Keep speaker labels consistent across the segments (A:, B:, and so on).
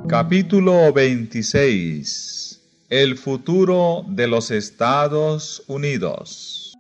A: Capítulo 26. El futuro de los Estados Unidos.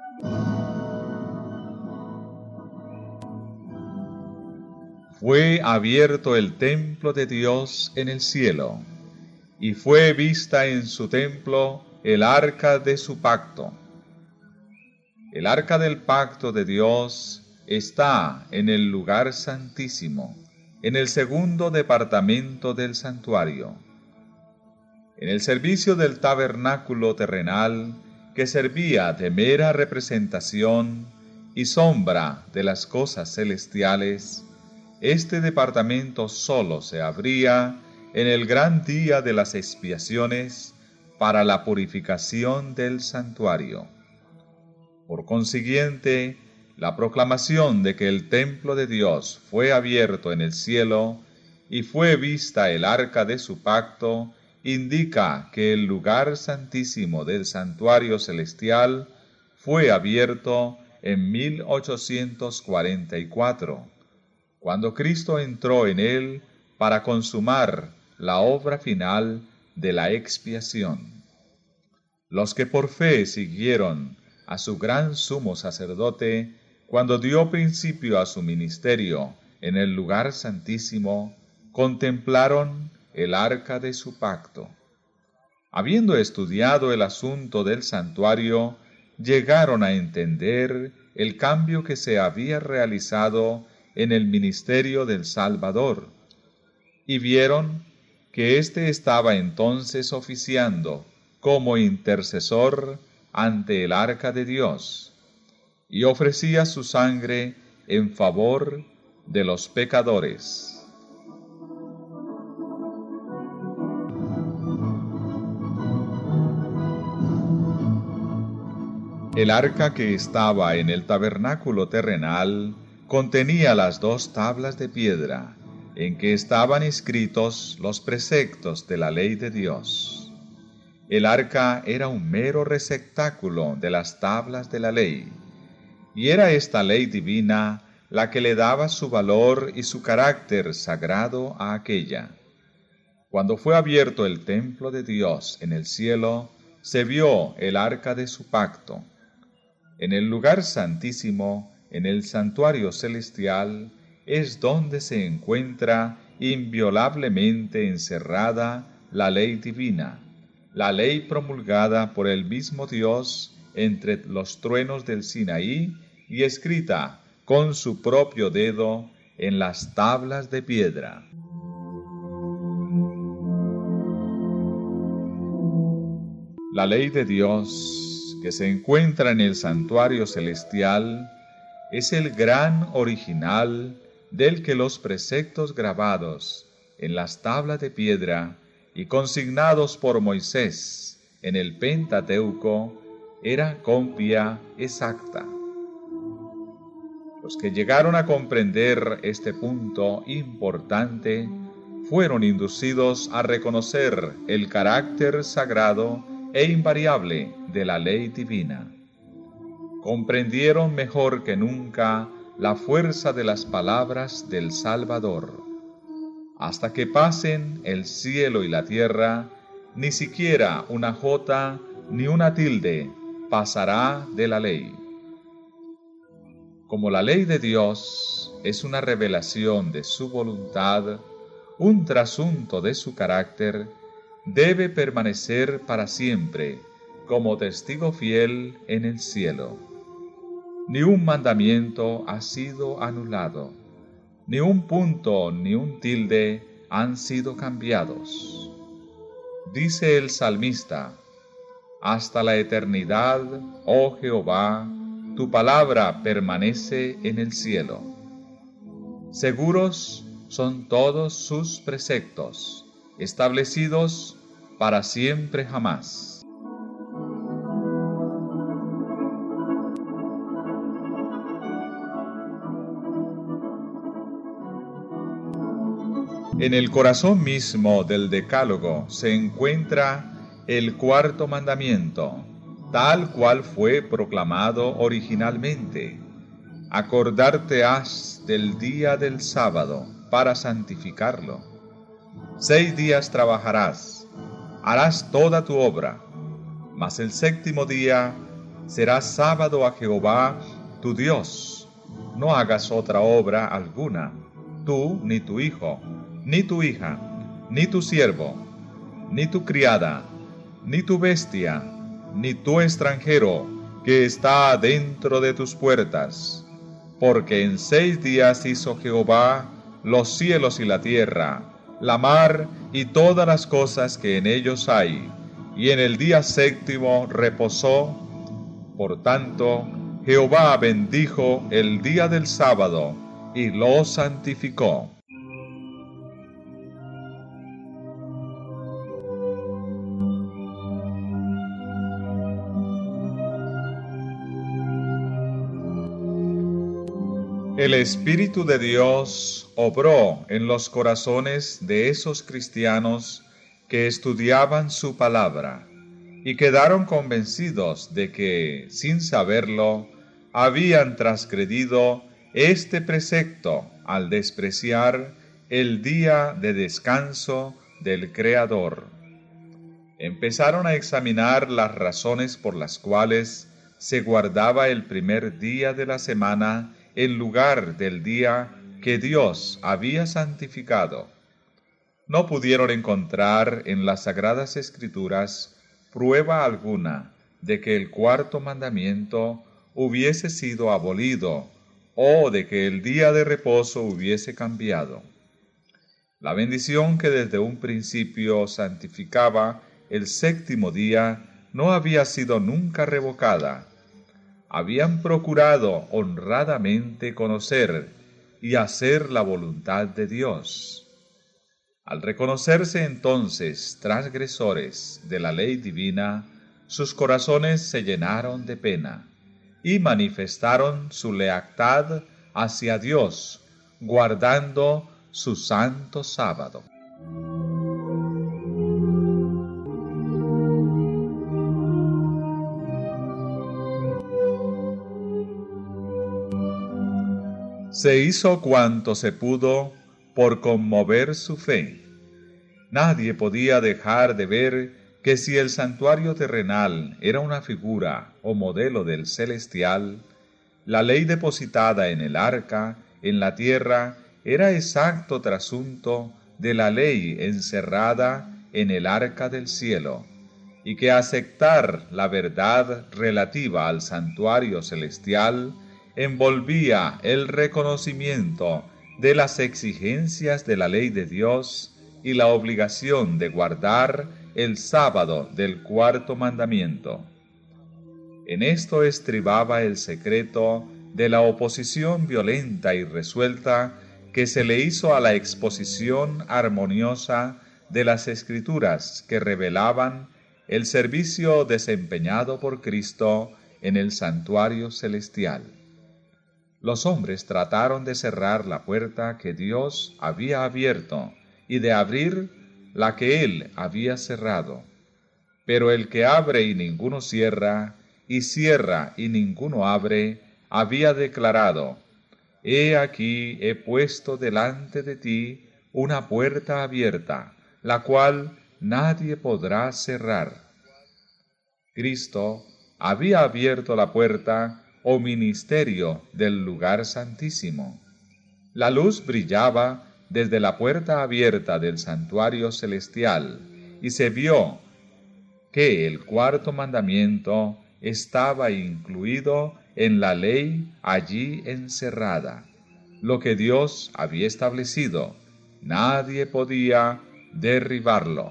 A: Fue abierto el templo de Dios en el cielo, y fue vista en su templo el arca de su pacto. El arca del pacto de Dios está en el lugar santísimo, en el segundo departamento del santuario. En el servicio del tabernáculo terrenal, que servía de mera representación y sombra de las cosas celestiales, este departamento solo se abría en el gran día de las expiaciones para la purificación del santuario. Por consiguiente, la proclamación de que el templo de Dios fue abierto en el cielo y fue vista el arca de su pacto indica que el lugar santísimo del santuario celestial fue abierto en 1844, cuando Cristo entró en él para consumar la obra final de la expiación. Los que por fe siguieron a su gran sumo sacerdote, cuando dio principio a su ministerio en el lugar santísimo, contemplaron el arca de su pacto. Habiendo estudiado el asunto del santuario, llegaron a entender el cambio que se había realizado en el ministerio del Salvador, y vieron que éste estaba entonces oficiando como intercesor ante el arca de Dios, y ofrecía su sangre en favor de los pecadores. El arca que estaba en el tabernáculo terrenal contenía las 2 tablas de piedra, en que estaban escritos los preceptos de la ley de Dios. El arca era un mero receptáculo de las tablas de la ley, y era esta ley divina la que le daba su valor y su carácter sagrado a aquella. Cuando fue abierto el templo de Dios en el cielo, se vio el arca de su pacto. En el lugar santísimo, en el santuario celestial, es donde se encuentra inviolablemente encerrada la ley divina, la ley promulgada por el mismo Dios entre los truenos del Sinaí y escrita con su propio dedo en las tablas de piedra. La ley de Dios, que se encuentra en el santuario celestial, es el gran original del que los preceptos grabados en las tablas de piedra y consignados por Moisés en el Pentateuco era copia exacta. Los que llegaron a comprender este punto importante fueron inducidos a reconocer el carácter sagrado e invariable de la ley divina. Comprendieron mejor que nunca la fuerza de las palabras del Salvador. Hasta que pasen el cielo y la tierra, ni siquiera una jota ni una tilde pasará de la ley. Como la ley de Dios es una revelación de su voluntad, un trasunto de su carácter, debe permanecer para siempre como testigo fiel en el cielo. Ni un mandamiento ha sido anulado, ni un punto ni un tilde han sido cambiados. Dice el salmista: hasta la eternidad, oh Jehová, tu palabra permanece en el cielo. Seguros son todos sus preceptos, establecidos para siempre jamás. En el corazón mismo del Decálogo se encuentra el 4º mandamiento, tal cual fue proclamado originalmente: acordarte has del día del sábado para santificarlo. 6 días trabajarás, harás toda tu obra, mas el séptimo día será sábado a Jehová tu Dios. No hagas otra obra alguna, tú, ni tu hijo, ni tu hija, ni tu siervo, ni tu criada, ni tu bestia, ni tu extranjero que está dentro de tus puertas. Porque en 6 días hizo Jehová los cielos y la tierra, la mar y todas las cosas que en ellos hay, y en el día séptimo reposó. Por tanto, Jehová bendijo el día del sábado y lo santificó. El Espíritu de Dios obró en los corazones de esos cristianos que estudiaban su palabra y quedaron convencidos de que, sin saberlo, habían transgredido este precepto al despreciar el día de descanso del Creador. Empezaron a examinar las razones por las cuales se guardaba el primer día de la semana en lugar del día que Dios había santificado. No pudieron encontrar en las Sagradas Escrituras prueba alguna de que el cuarto mandamiento hubiese sido abolido o de que el día de reposo hubiese cambiado. La bendición que desde un principio santificaba el séptimo día no había sido nunca revocada. Habían procurado honradamente conocer y hacer la voluntad de Dios. Al reconocerse entonces transgresores de la ley divina, sus corazones se llenaron de pena y manifestaron su lealtad hacia Dios, guardando su santo sábado. Se hizo cuanto se pudo por conmover su fe. Nadie podía dejar de ver que si el santuario terrenal era una figura o modelo del celestial, la ley depositada en el arca, en la tierra, era exacto trasunto de la ley encerrada en el arca del cielo, y que aceptar la verdad relativa al santuario celestial envolvía el reconocimiento de las exigencias de la ley de Dios y la obligación de guardar el sábado del cuarto mandamiento. En esto estribaba el secreto de la oposición violenta y resuelta que se le hizo a la exposición armoniosa de las Escrituras que revelaban el servicio desempeñado por Cristo en el santuario celestial. Los hombres trataron de cerrar la puerta que Dios había abierto y de abrir la que Él había cerrado. Pero el que abre y ninguno cierra, y cierra y ninguno abre, había declarado: He aquí he puesto delante de ti una puerta abierta, la cual nadie podrá cerrar. Cristo había abierto la puerta o ministerio del lugar santísimo. La luz brillaba desde la puerta abierta del santuario celestial, y se vio que el cuarto mandamiento estaba incluido en la ley allí encerrada. Lo que Dios había establecido, nadie podía derribarlo.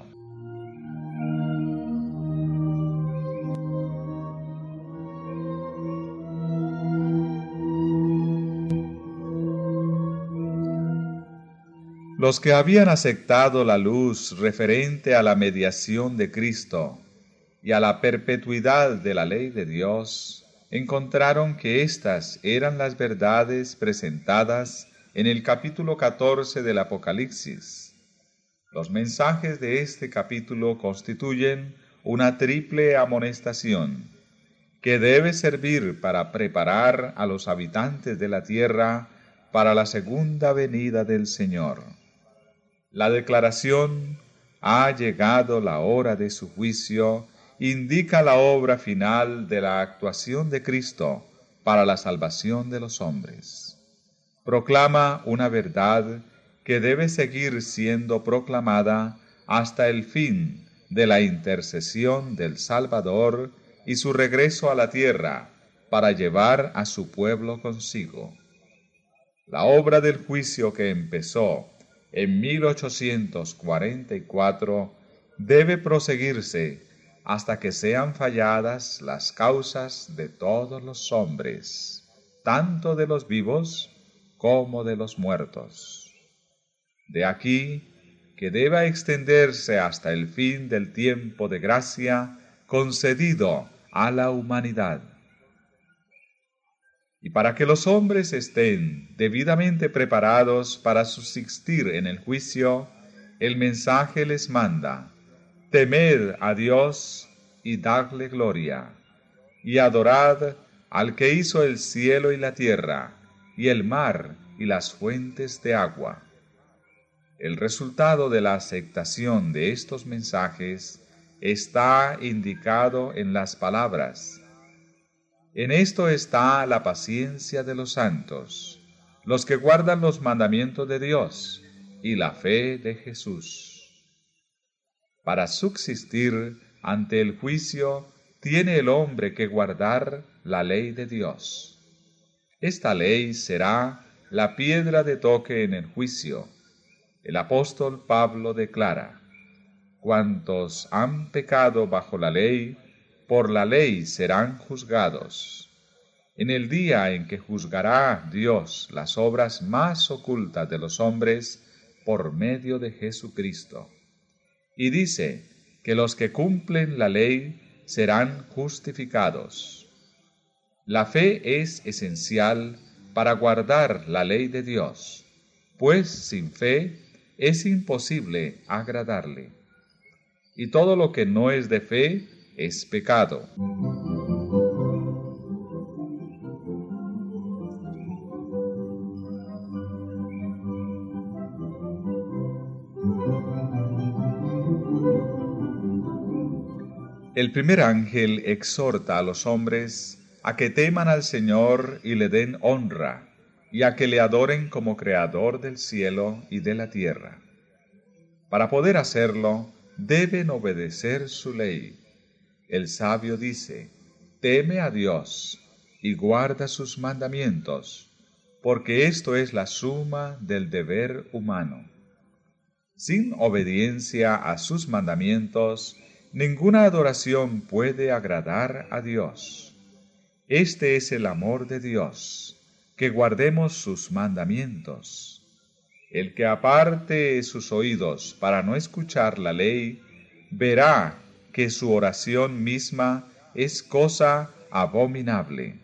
A: Los que habían aceptado la luz referente a la mediación de Cristo y a la perpetuidad de la ley de Dios, encontraron que éstas eran las verdades presentadas en el capítulo 14 del Apocalipsis. Los mensajes de este capítulo constituyen una triple amonestación que debe servir para preparar a los habitantes de la tierra para la segunda venida del Señor. La declaración "ha llegado la hora de su juicio" indica la obra final de la actuación de Cristo para la salvación de los hombres. Proclama una verdad que debe seguir siendo proclamada hasta el fin de la intercesión del Salvador y su regreso a la tierra para llevar a su pueblo consigo. La obra del juicio que empezó en 1844 debe proseguirse hasta que sean falladas las causas de todos los hombres, tanto de los vivos como de los muertos. De aquí que deba extenderse hasta el fin del tiempo de gracia concedido a la humanidad. Y para que los hombres estén debidamente preparados para subsistir en el juicio, el mensaje les manda: temed a Dios y dadle gloria, y adorad al que hizo el cielo y la tierra, y el mar y las fuentes de agua. El resultado de la aceptación de estos mensajes está indicado en las palabras: en esto está la paciencia de los santos, los que guardan los mandamientos de Dios y la fe de Jesús. Para subsistir ante el juicio, tiene el hombre que guardar la ley de Dios. Esta ley será la piedra de toque en el juicio. El apóstol Pablo declara: cuantos han pecado bajo la ley, por la ley serán juzgados. En el día en que juzgará Dios las obras más ocultas de los hombres por medio de Jesucristo. Y dice que los que cumplen la ley serán justificados. La fe es esencial para guardar la ley de Dios, pues sin fe es imposible agradarle. Y todo lo que no es de fe es pecado. El primer ángel exhorta a los hombres a que teman al Señor y le den honra, y a que le adoren como Creador del cielo y de la tierra. Para poder hacerlo, deben obedecer su ley. El sabio dice: teme a Dios y guarda sus mandamientos, porque esto es la suma del deber humano. Sin obediencia a sus mandamientos, ninguna adoración puede agradar a Dios. Este es el amor de Dios, que guardemos sus mandamientos. El que aparte sus oídos para no escuchar la ley, verá que su oración misma es cosa abominable.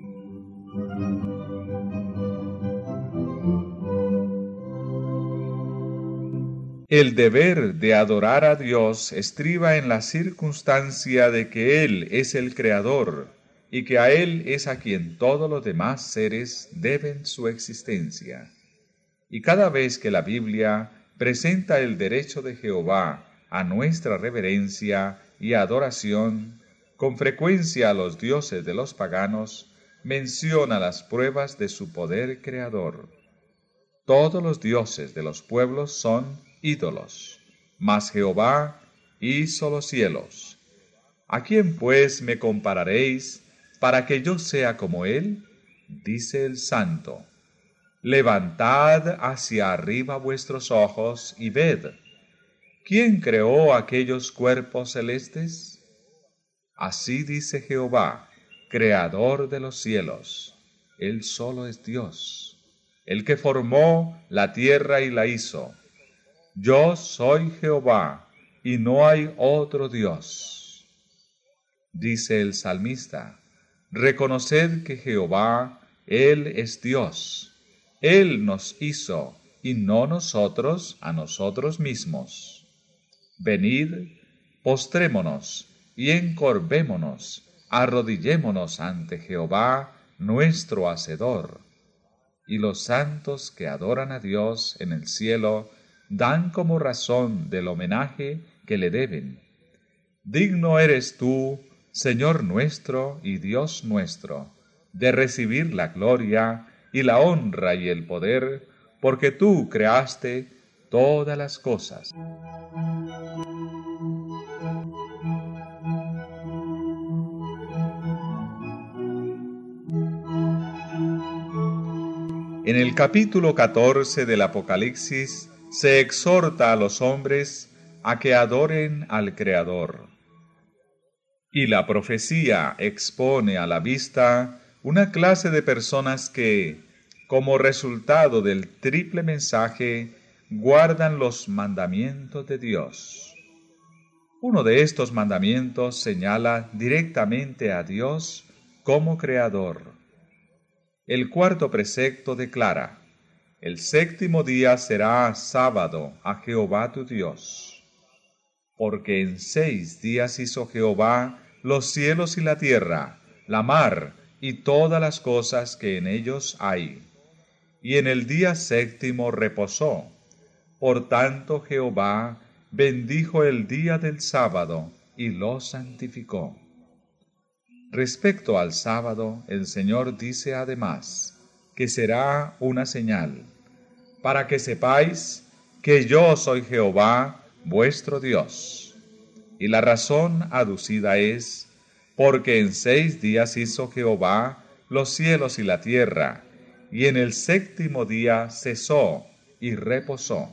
A: El deber de adorar a Dios estriba en la circunstancia de que Él es el Creador y que a Él es a quien todos los demás seres deben su existencia. Y cada vez que la Biblia presenta el derecho de Jehová a nuestra reverencia y adoración, con frecuencia a los dioses de los paganos, menciona las pruebas de su poder creador. Todos los dioses de los pueblos son ídolos, mas Jehová hizo los cielos. ¿A quién pues me compararéis para que yo sea como él? Dice el Santo. Levantad hacia arriba vuestros ojos y ved. ¿Quién creó aquellos cuerpos celestes? Así dice Jehová, Creador de los cielos. Él solo es Dios, el que formó la tierra y la hizo. Yo soy Jehová, y no hay otro Dios. Dice el salmista: reconoced que Jehová, Él es Dios. Él nos hizo, y no nosotros a nosotros mismos. Venid, postrémonos, y encorvémonos, arrodillémonos ante Jehová, nuestro Hacedor. Y los santos que adoran a Dios en el cielo dan como razón del homenaje que le deben. Digno eres tú, Señor nuestro y Dios nuestro, de recibir la gloria y la honra y el poder, porque tú creaste todas las cosas. En el capítulo 14 del Apocalipsis se exhorta a los hombres a que adoren al Creador. Y la profecía expone a la vista una clase de personas que, como resultado del triple mensaje, guardan los mandamientos de Dios. Uno de estos mandamientos señala directamente a Dios como Creador. El cuarto precepto declara: el séptimo día será sábado a Jehová tu Dios. Porque en 6 días hizo Jehová los cielos y la tierra, la mar y todas las cosas que en ellos hay. Y en el día séptimo reposó. Por tanto Jehová bendijo el día del sábado y lo santificó. Respecto al sábado, el Señor dice además que será una señal, para que sepáis que yo soy Jehová, vuestro Dios. Y la razón aducida es, porque en 6 días hizo Jehová los cielos y la tierra, y en el séptimo día cesó y reposó.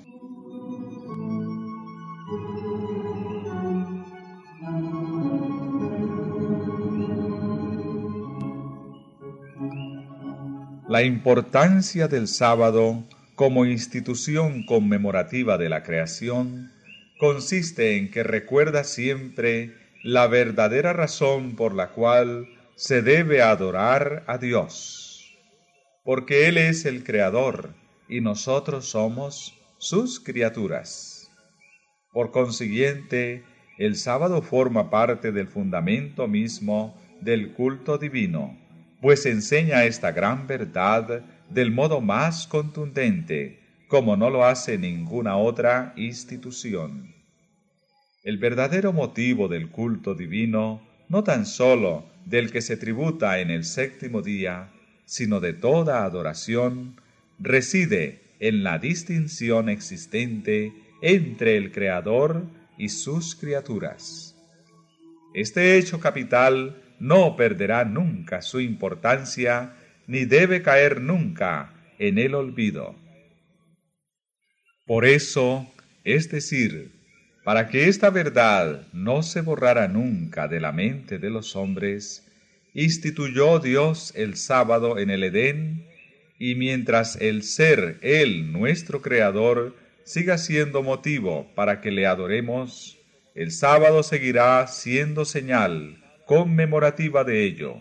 A: La importancia del sábado como institución conmemorativa de la creación consiste en que recuerda siempre la verdadera razón por la cual se debe adorar a Dios, porque Él es el Creador y nosotros somos sus criaturas. Por consiguiente, el sábado forma parte del fundamento mismo del culto divino, pues enseña esta gran verdad del modo más contundente, como no lo hace ninguna otra institución. El verdadero motivo del culto divino, no tan sólo del que se tributa en el séptimo día, sino de toda adoración, reside en la distinción existente entre el Creador y sus criaturas. Este hecho capital no perderá nunca su importancia, ni debe caer nunca en el olvido. Por eso, es decir, para que esta verdad no se borrara nunca de la mente de los hombres, instituyó Dios el sábado en el Edén, y mientras el ser Él, nuestro Creador, siga siendo motivo para que le adoremos, el sábado seguirá siendo señal conmemorativa de ello.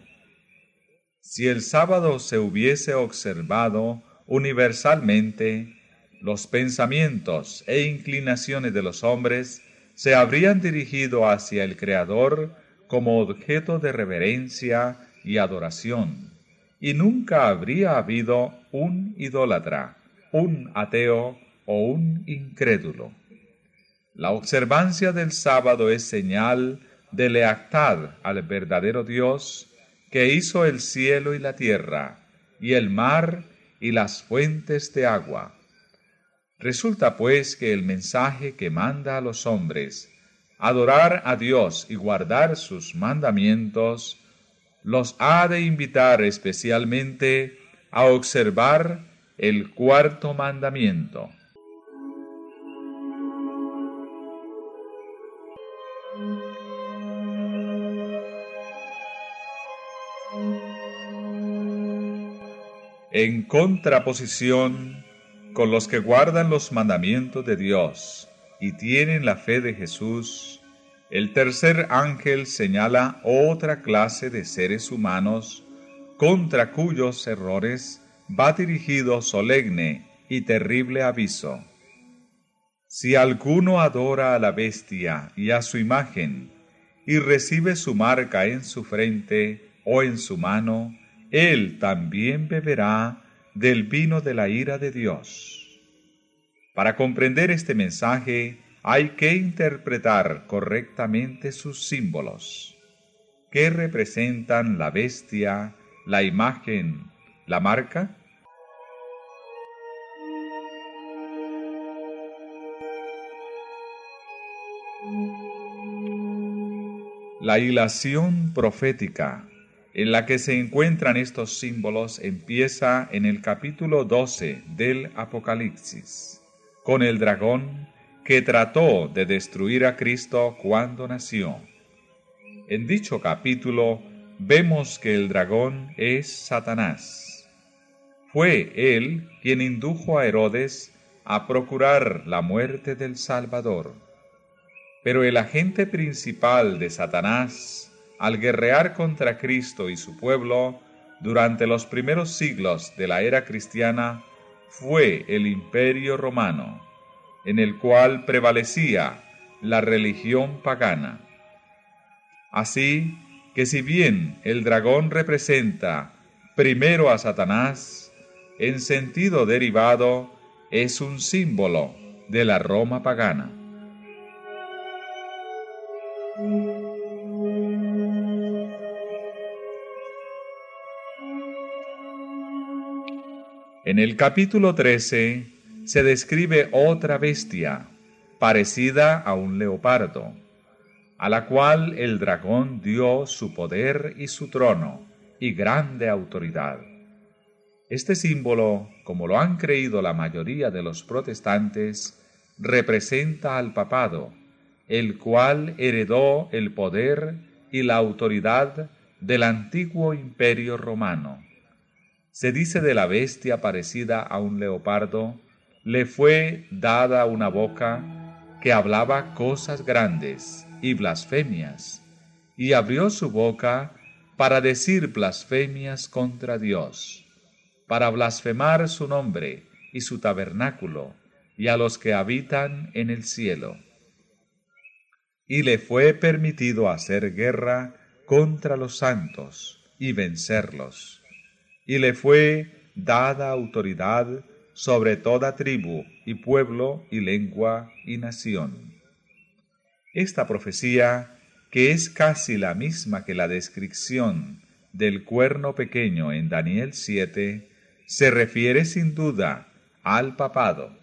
A: Si el sábado se hubiese observado universalmente, los pensamientos e inclinaciones de los hombres se habrían dirigido hacia el Creador como objeto de reverencia y adoración, y nunca habría habido un idólatra, un ateo o un incrédulo. La observancia del sábado es señal de lealtad al verdadero Dios, que hizo el cielo y la tierra, y el mar y las fuentes de agua. Resulta pues que el mensaje que manda a los hombres, adorar a Dios y guardar sus mandamientos, los ha de invitar especialmente a observar el cuarto mandamiento. En contraposición con los que guardan los mandamientos de Dios y tienen la fe de Jesús, el tercer ángel señala otra clase de seres humanos contra cuyos errores va dirigido solemne y terrible aviso. Si alguno adora a la bestia y a su imagen, y recibe su marca en su frente o en su mano, él también beberá del vino de la ira de Dios. Para comprender este mensaje hay que interpretar correctamente sus símbolos. ¿Qué representan la bestia, la imagen, la marca? La hilación profética en la que se encuentran estos símbolos empieza en el capítulo 12 del Apocalipsis, con el dragón que trató de destruir a Cristo cuando nació. En dicho capítulo vemos que el dragón es Satanás. Fue él quien indujo a Herodes a procurar la muerte del Salvador. Pero el agente principal de Satanás, al guerrear contra Cristo y su pueblo durante los primeros siglos de la era cristiana, fue el Imperio Romano, en el cual prevalecía la religión pagana. Así que si bien el dragón representa primero a Satanás, en sentido derivado es un símbolo de la Roma pagana. En el capítulo 13 se describe otra bestia, parecida a un leopardo, a la cual el dragón dio su poder y su trono y grande autoridad. Este símbolo, como lo han creído la mayoría de los protestantes, representa al papado, el cual heredó el poder y la autoridad del antiguo imperio romano. Se dice de la bestia parecida a un leopardo, le fue dada una boca que hablaba cosas grandes y blasfemias, y abrió su boca para decir blasfemias contra Dios, para blasfemar su nombre y su tabernáculo, y a los que habitan en el cielo. Y le fue permitido hacer guerra contra los santos y vencerlos. Y le fue dada autoridad sobre toda tribu y pueblo y lengua y nación. Esta profecía, que es casi la misma que la descripción del cuerno pequeño en Daniel 7, se refiere sin duda al papado.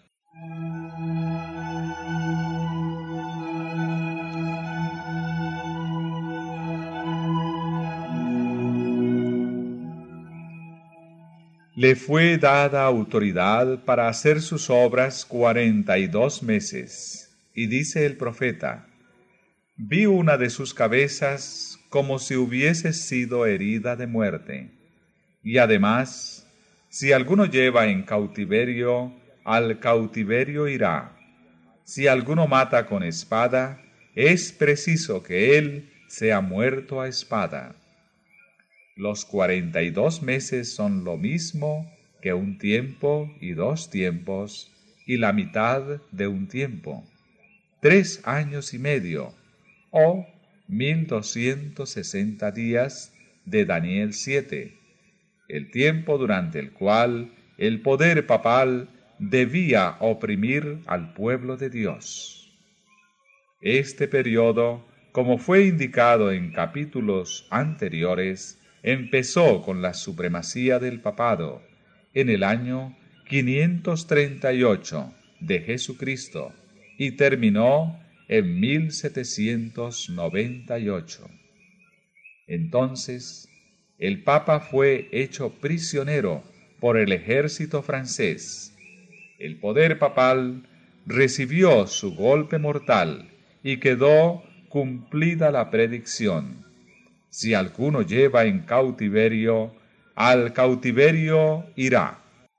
A: Le fue dada autoridad para hacer sus obras 42 meses, y dice el profeta: vi una de sus cabezas como si hubiese sido herida de muerte. Y además, si alguno lleva en cautiverio, al cautiverio irá. Si alguno mata con espada, es preciso que él sea muerto a espada. Los 42 meses son lo mismo que un tiempo y 2 tiempos, y la mitad de un tiempo, 3 años y medio, o 1260 días de Daniel 7, el tiempo durante el cual el poder papal debía oprimir al pueblo de Dios. Este periodo, como fue indicado en capítulos anteriores, empezó con la supremacía del papado en el año 538 de Jesucristo y terminó en 1798. Entonces, el Papa fue hecho prisionero por el ejército francés. El poder papal recibió su golpe mortal y quedó cumplida la predicción: si alguno lleva en cautiverio, al cautiverio irá.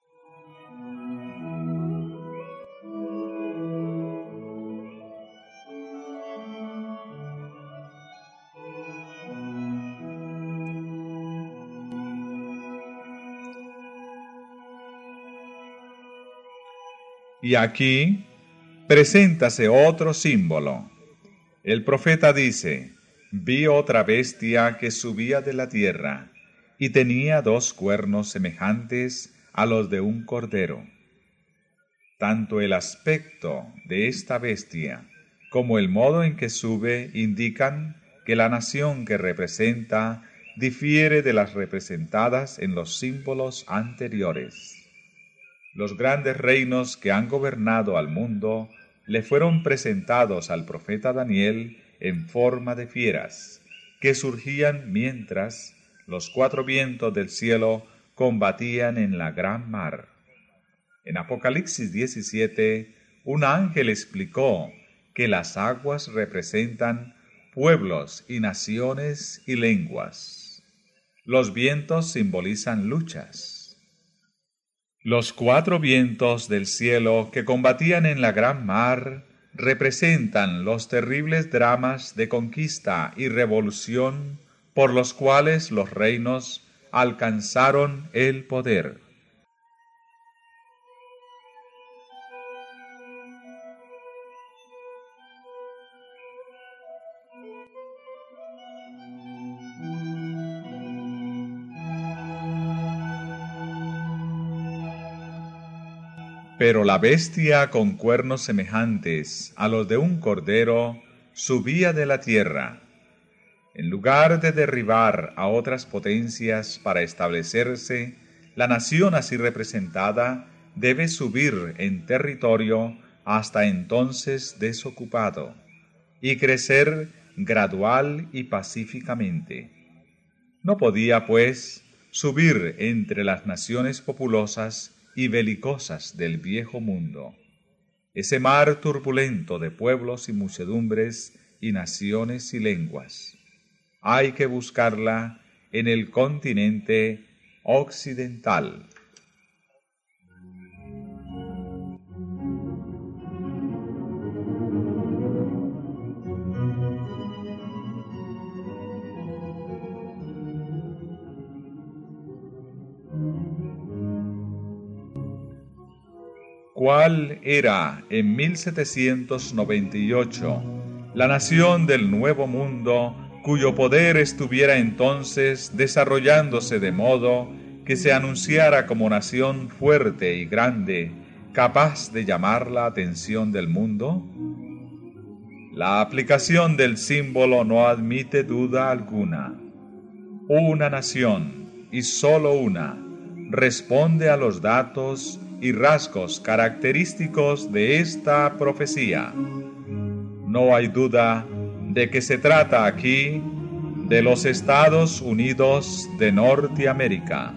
A: Y aquí preséntase otro símbolo. El profeta dice: vi otra bestia que subía de la tierra, y tenía 2 cuernos semejantes a los de un cordero. Tanto el aspecto de esta bestia como el modo en que sube indican que la nación que representa difiere de las representadas en los símbolos anteriores. Los grandes reinos que han gobernado al mundo le fueron presentados al profeta Daniel en forma de fieras, que surgían mientras los cuatro vientos del cielo combatían en la gran mar. En Apocalipsis 17, un ángel explicó que las aguas representan pueblos y naciones y lenguas. Los vientos simbolizan luchas. Los cuatro vientos del cielo que combatían en la gran mar representan los terribles dramas de conquista y revolución por los cuales los reinos alcanzaron el poder. Pero la bestia con cuernos semejantes a los de un cordero subía de la tierra. En lugar de derribar a otras potencias para establecerse, la nación así representada debe subir en territorio hasta entonces desocupado y crecer gradual y pacíficamente. No podía, pues, subir entre las naciones populosas y belicosas del viejo mundo, ese mar turbulento de pueblos y muchedumbres y naciones y lenguas. Hay que buscarla en el continente occidental. ¿Cuál era en 1798 la nación del Nuevo Mundo cuyo poder estuviera entonces desarrollándose de modo que se anunciara como nación fuerte y grande, capaz de llamar la atención del mundo? La aplicación del símbolo no admite duda alguna. Una nación, y sólo una, responde a los datos y rasgos característicos de esta profecía. No hay duda de que se trata aquí de los Estados Unidos de Norteamérica.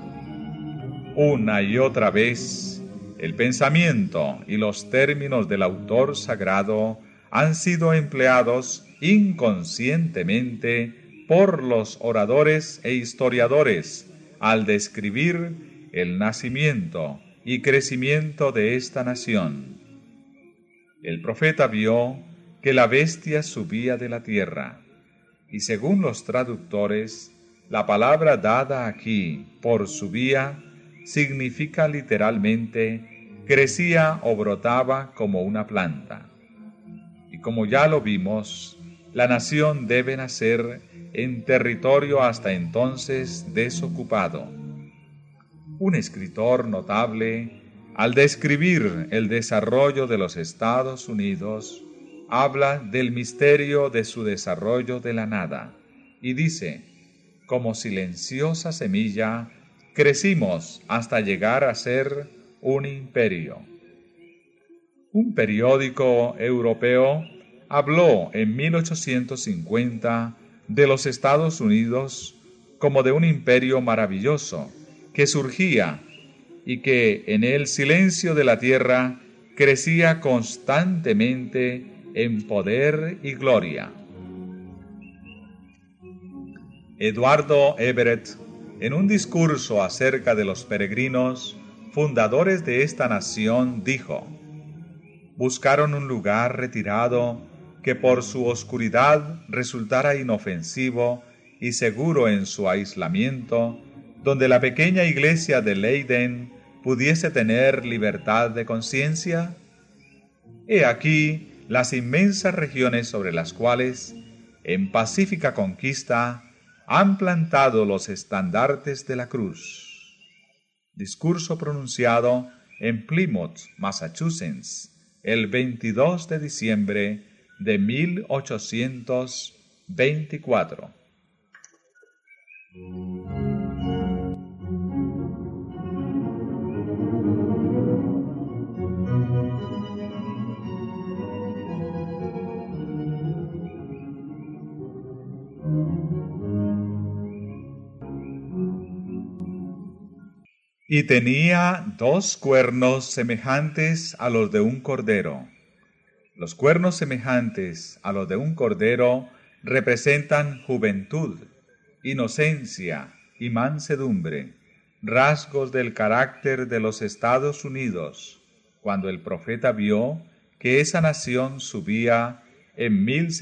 A: Una y otra vez, el pensamiento y los términos del autor sagrado han sido empleados inconscientemente por los oradores e historiadores al describir el nacimiento y crecimiento de esta nación. El profeta vio que la bestia subía de la tierra, y según los traductores, la palabra dada aquí por subía significa literalmente crecía o brotaba como una planta. Y como ya lo vimos, la nación debe nacer en territorio hasta entonces desocupado. Un escritor notable, al describir el desarrollo de los Estados Unidos, habla del misterio de su desarrollo de la nada, y dice, como silenciosa semilla, crecimos hasta llegar a ser un imperio. Un periódico europeo habló en 1850 de los Estados Unidos como de un imperio maravilloso que surgía y que en el silencio de la tierra crecía constantemente en poder y gloria. Eduardo Everett, en un discurso acerca de los peregrinos, fundadores de esta nación, dijo: buscaron un lugar retirado que por su oscuridad resultara inofensivo y seguro en su aislamiento, donde la pequeña iglesia de Leiden pudiese tener libertad de conciencia. He aquí las inmensas regiones sobre las cuales, en pacífica conquista, han plantado los estandartes de la cruz. Discurso pronunciado en Plymouth, Massachusetts, el 22 de diciembre de 1824. Y tenía 2 cuernos semejantes a los de un cordero. Los cuernos semejantes a los de un cordero representan juventud, inocencia y mansedumbre, rasgos del carácter de los Estados Unidos, cuando el profeta vio que esa nación subía en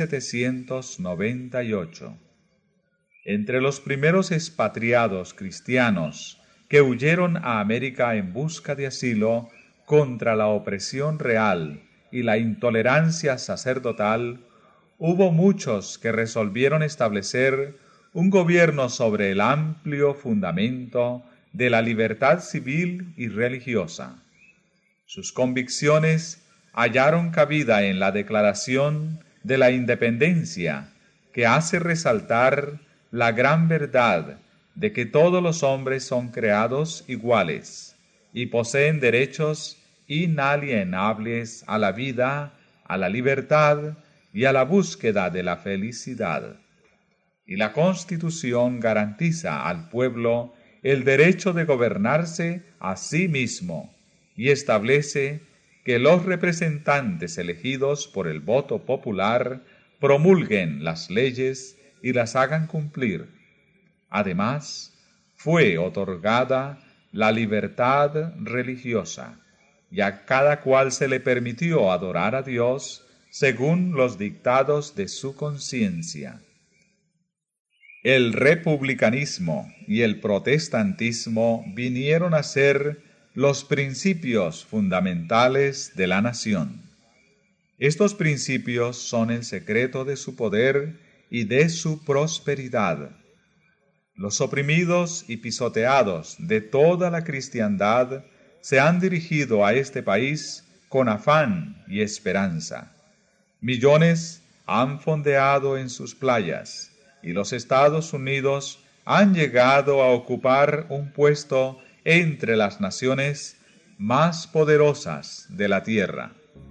A: 1798. Entre los primeros expatriados cristianos que huyeron a América en busca de asilo contra la opresión real y la intolerancia sacerdotal, hubo muchos que resolvieron establecer un gobierno sobre el amplio fundamento de la libertad civil y religiosa. Sus convicciones hallaron cabida en la Declaración de la Independencia, que hace resaltar la gran verdad de que todos los hombres son creados iguales y poseen derechos inalienables a la vida, a la libertad y a la búsqueda de la felicidad. Y la Constitución garantiza al pueblo el derecho de gobernarse a sí mismo y establece que los representantes elegidos por el voto popular promulguen las leyes y las hagan cumplir. Además, fue otorgada la libertad religiosa, y a cada cual se le permitió adorar a Dios según los dictados de su conciencia. El republicanismo y el protestantismo vinieron a ser los principios fundamentales de la nación. Estos principios son el secreto de su poder y de su prosperidad. Los oprimidos y pisoteados de toda la cristiandad se han dirigido a este país con afán y esperanza. Millones han fondeado en sus playas y los Estados Unidos han llegado a ocupar un puesto entre las naciones más poderosas de la tierra.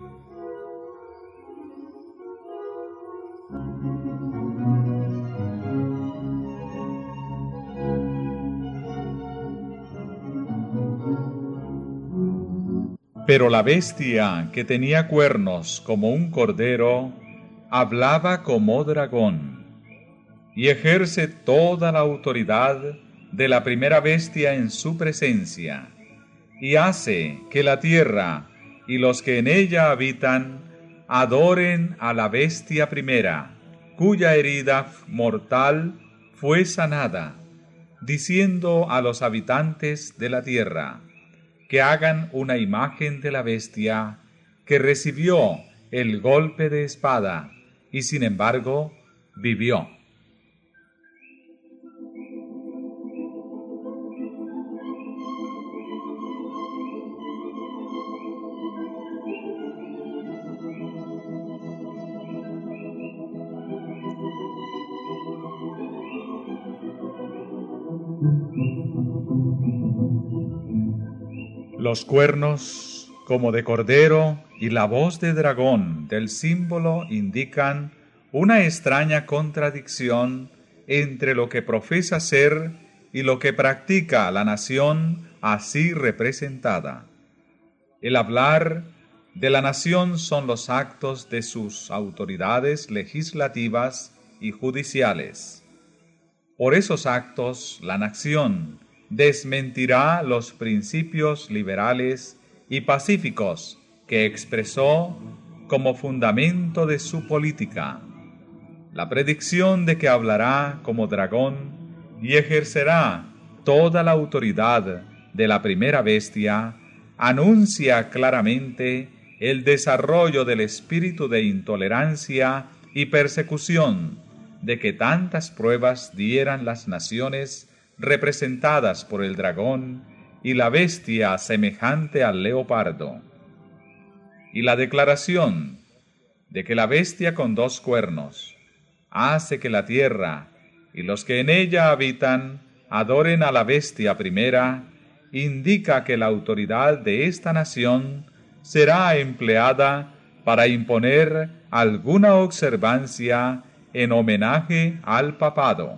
A: Pero la bestia que tenía cuernos como un cordero, hablaba como dragón, y ejerce toda la autoridad de la primera bestia en su presencia, y hace que la tierra y los que en ella habitan adoren a la bestia primera, cuya herida mortal fue sanada, diciendo a los habitantes de la tierra que hagan una imagen de la bestia que recibió el golpe de espada y sin embargo vivió. Los cuernos como de cordero y la voz de dragón del símbolo indican una extraña contradicción entre lo que profesa ser y lo que practica la nación así representada. El hablar de la nación son los actos de sus autoridades legislativas y judiciales. Por esos actos, la nación desmentirá los principios liberales y pacíficos que expresó como fundamento de su política. La predicción de que hablará como dragón y ejercerá toda la autoridad de la primera bestia anuncia claramente el desarrollo del espíritu de intolerancia y persecución de que tantas pruebas dieran las naciones representadas por el dragón y la bestia semejante al leopardo. Y la declaración de que la bestia con 2 cuernos hace que la tierra y los que en ella habitan adoren a la bestia primera, indica que la autoridad de esta nación será empleada para imponer alguna observancia en homenaje al papado.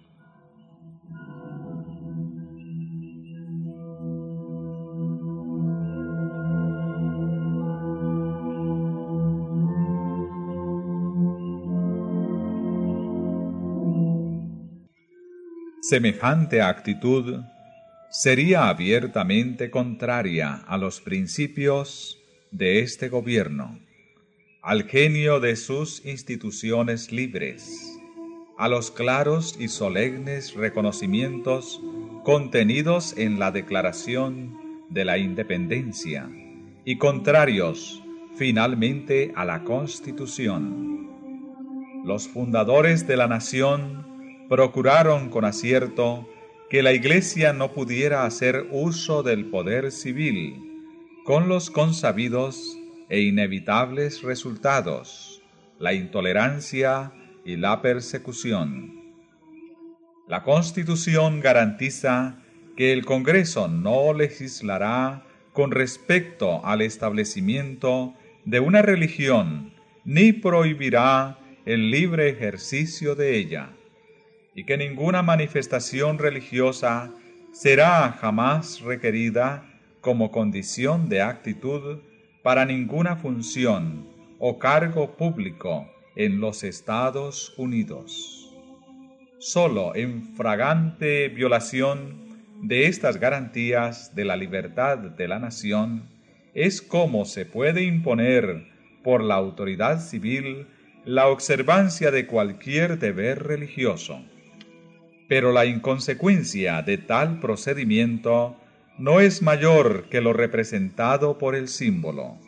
A: Semejante actitud sería abiertamente contraria a los principios de este gobierno, al genio de sus instituciones libres, a los claros y solemnes reconocimientos contenidos en la Declaración de la Independencia y contrarios finalmente a la Constitución. Los fundadores de la nación procuraron con acierto que la Iglesia no pudiera hacer uso del poder civil, con los consabidos e inevitables resultados, la intolerancia y la persecución. La Constitución garantiza que el Congreso no legislará con respecto al establecimiento de una religión, ni prohibirá el libre ejercicio de ella, y que ninguna manifestación religiosa será jamás requerida como condición de actitud para ninguna función o cargo público en los Estados Unidos. Solo en flagrante violación de estas garantías de la libertad de la nación es como se puede imponer por la autoridad civil la observancia de cualquier deber religioso. Pero la inconsecuencia de tal procedimiento no es mayor que lo representado por el símbolo.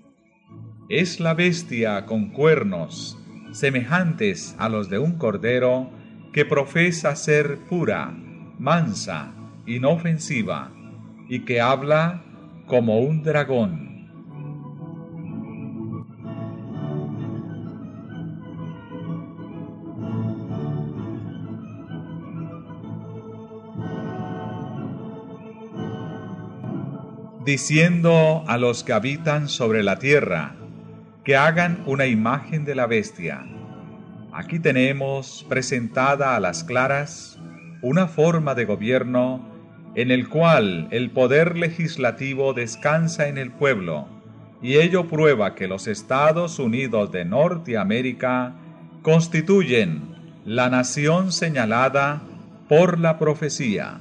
A: Es la bestia con cuernos semejantes a los de un cordero que profesa ser pura, mansa, inofensiva y que habla como un dragón. Diciendo a los que habitan sobre la tierra que hagan una imagen de la bestia. Aquí tenemos presentada a las claras una forma de gobierno en el cual el poder legislativo descansa en el pueblo, y ello prueba que los Estados Unidos de Norteamérica constituyen la nación señalada por la profecía.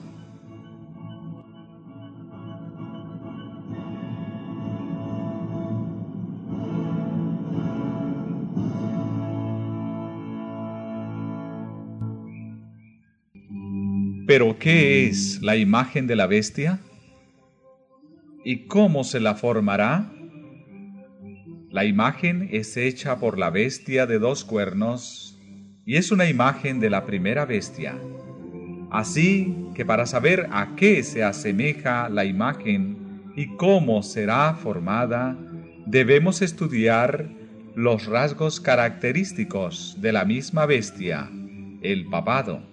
A: ¿Pero qué es la imagen de la bestia? ¿Y cómo se la formará? La imagen es hecha por la bestia de 2 cuernos y es una imagen de la primera bestia. Así que para saber a qué se asemeja la imagen y cómo será formada, debemos estudiar los rasgos característicos de la misma bestia, el papado.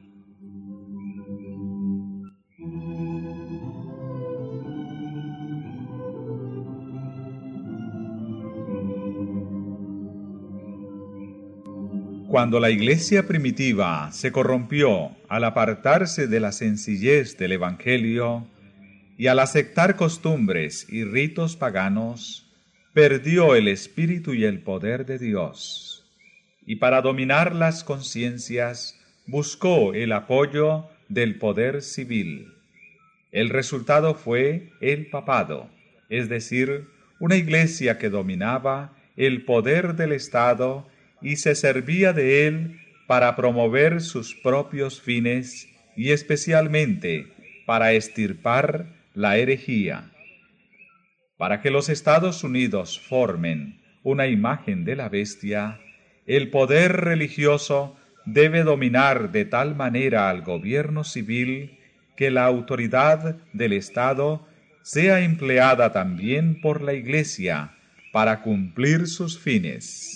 A: Cuando la iglesia primitiva se corrompió al apartarse de la sencillez del Evangelio y al aceptar costumbres y ritos paganos, perdió el espíritu y el poder de Dios, y para dominar las conciencias buscó el apoyo del poder civil. El resultado fue el papado, es decir, una iglesia que dominaba el poder del Estado y se servía de él para promover sus propios fines y especialmente para extirpar la herejía. Para que los Estados Unidos formen una imagen de la bestia, el poder religioso debe dominar de tal manera al gobierno civil que la autoridad del Estado sea empleada también por la Iglesia para cumplir sus fines.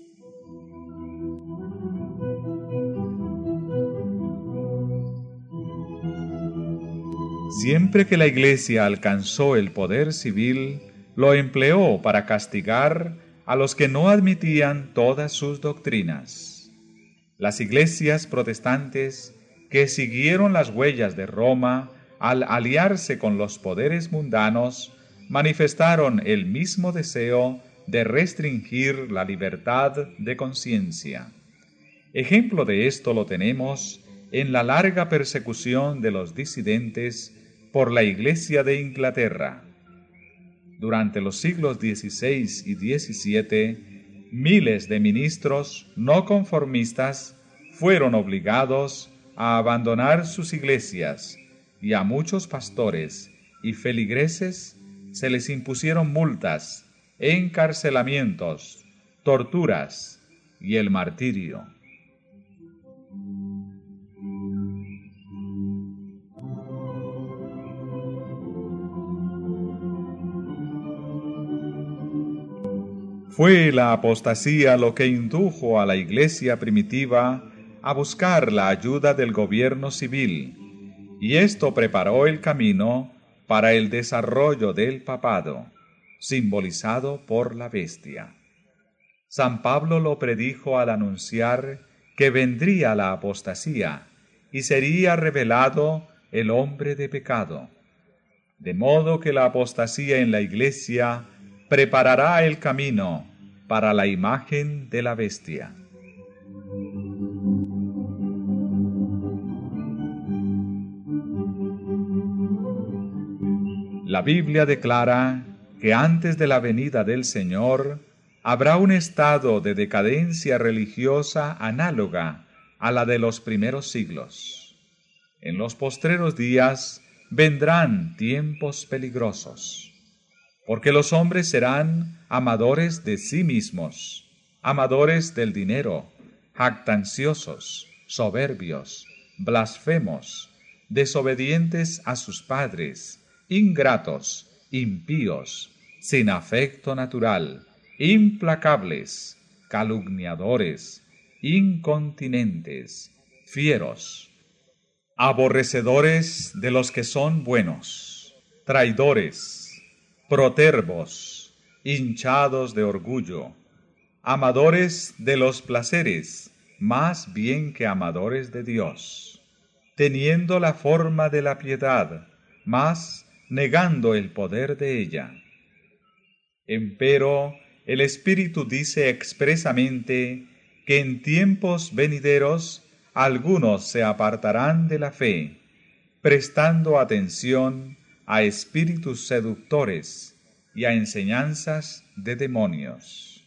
A: Siempre que la Iglesia alcanzó el poder civil, lo empleó para castigar a los que no admitían todas sus doctrinas. Las iglesias protestantes que siguieron las huellas de Roma al aliarse con los poderes mundanos, manifestaron el mismo deseo de restringir la libertad de conciencia. Ejemplo de esto lo tenemos en la larga persecución de los disidentes por la Iglesia de Inglaterra. Durante los siglos XVI y XVII, miles de ministros no conformistas fueron obligados a abandonar sus iglesias y a muchos pastores y feligreses se les impusieron multas, encarcelamientos, torturas y el martirio. Fue la apostasía lo que indujo a la iglesia primitiva a buscar la ayuda del gobierno civil, y esto preparó el camino para el desarrollo del papado, simbolizado por la bestia. San Pablo lo predijo al anunciar que vendría la apostasía y sería revelado el hombre de pecado, de modo que la apostasía en la iglesia preparará el camino para la imagen de la bestia. La Biblia declara que antes de la venida del Señor habrá un estado de decadencia religiosa análoga a la de los primeros siglos. En los postreros días vendrán tiempos peligrosos, porque los hombres serán amadores de sí mismos, amadores del dinero, jactanciosos, soberbios, blasfemos, desobedientes a sus padres, ingratos, impíos, sin afecto natural, implacables, calumniadores, incontinentes, fieros, aborrecedores de los que son buenos, traidores, protervos, hinchados de orgullo, amadores de los placeres, más bien que amadores de Dios, teniendo la forma de la piedad, mas negando el poder de ella. Empero, el Espíritu dice expresamente que en tiempos venideros algunos se apartarán de la fe, prestando atención a espíritus seductores y a enseñanzas de demonios.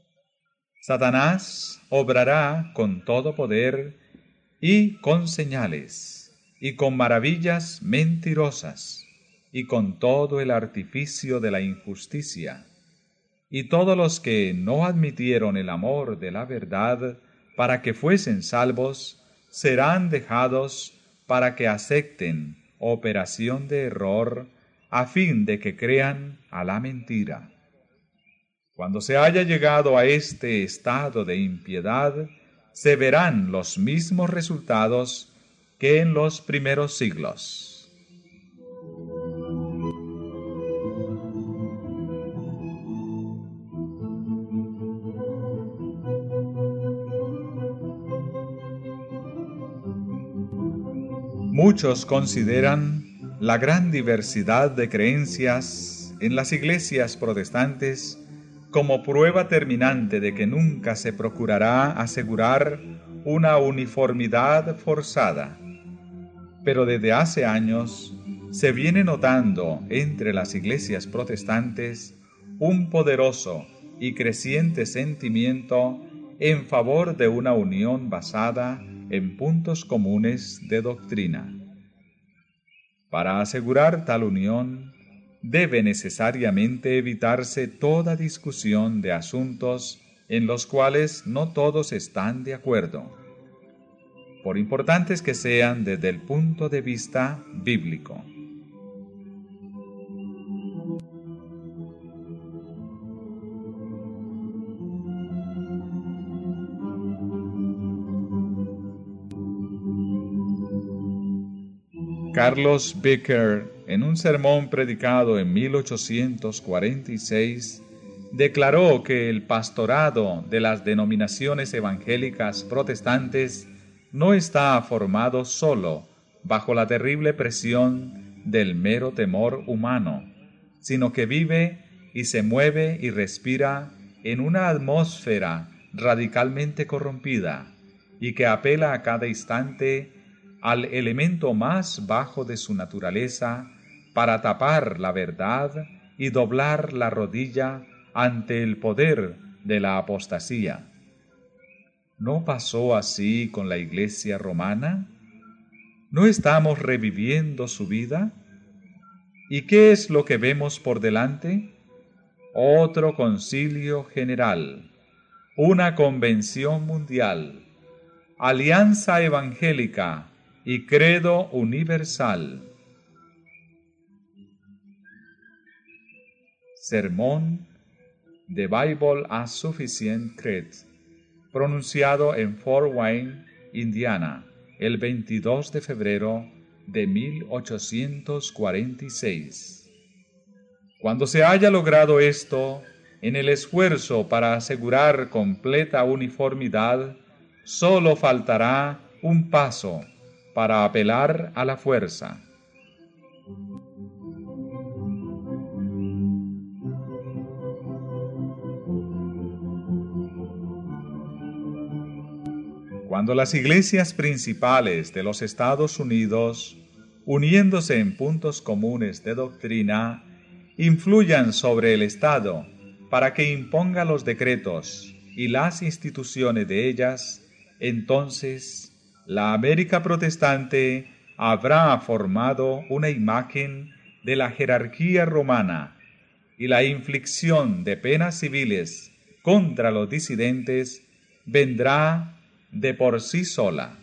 A: Satanás obrará con todo poder y con señales, y con maravillas mentirosas, y con todo el artificio de la injusticia. Y todos los que no admitieron el amor de la verdad para que fuesen salvos, serán dejados para que acepten operación de error, a fin de que crean a la mentira. Cuando se haya llegado a este estado de impiedad, se verán los mismos resultados que en los primeros siglos. Muchos consideran la gran diversidad de creencias en las iglesias protestantes como prueba terminante de que nunca se procurará asegurar una uniformidad forzada. Pero desde hace años se viene notando entre las iglesias protestantes un poderoso y creciente sentimiento en favor de una unión basada en puntos comunes de doctrina. Para asegurar tal unión, debe necesariamente evitarse toda discusión de asuntos en los cuales no todos están de acuerdo. por importantes que sean desde el punto de vista bíblico. Carlos Becker, en un sermón predicado en 1846, declaró que el pastorado de las denominaciones evangélicas protestantes no está formado solo bajo la terrible presión del mero temor humano, sino que vive y se mueve y respira en una atmósfera radicalmente corrompida y que apela a cada instante al elemento más bajo de su naturaleza para tapar la verdad y doblar la rodilla ante el poder de la apostasía. ¿No pasó así con la Iglesia romana? ¿No estamos reviviendo su vida? ¿Y qué es lo que vemos por delante? Otro concilio general, una convención mundial, alianza evangélica y credo universal. Sermón The Bible as Sufficient Creed, pronunciado en Fort Wayne, Indiana, el 22 de febrero de 1846. Cuando se haya logrado esto, en el esfuerzo para asegurar completa uniformidad, solo faltará un paso para apelar a la fuerza. Cuando las iglesias principales de los Estados Unidos, uniéndose en puntos comunes de doctrina, influyan sobre el Estado para que imponga los decretos y las instituciones de ellas, entonces la América protestante habrá formado una imagen de la jerarquía romana y la inflicción de penas civiles contra los disidentes vendrá de por sí sola.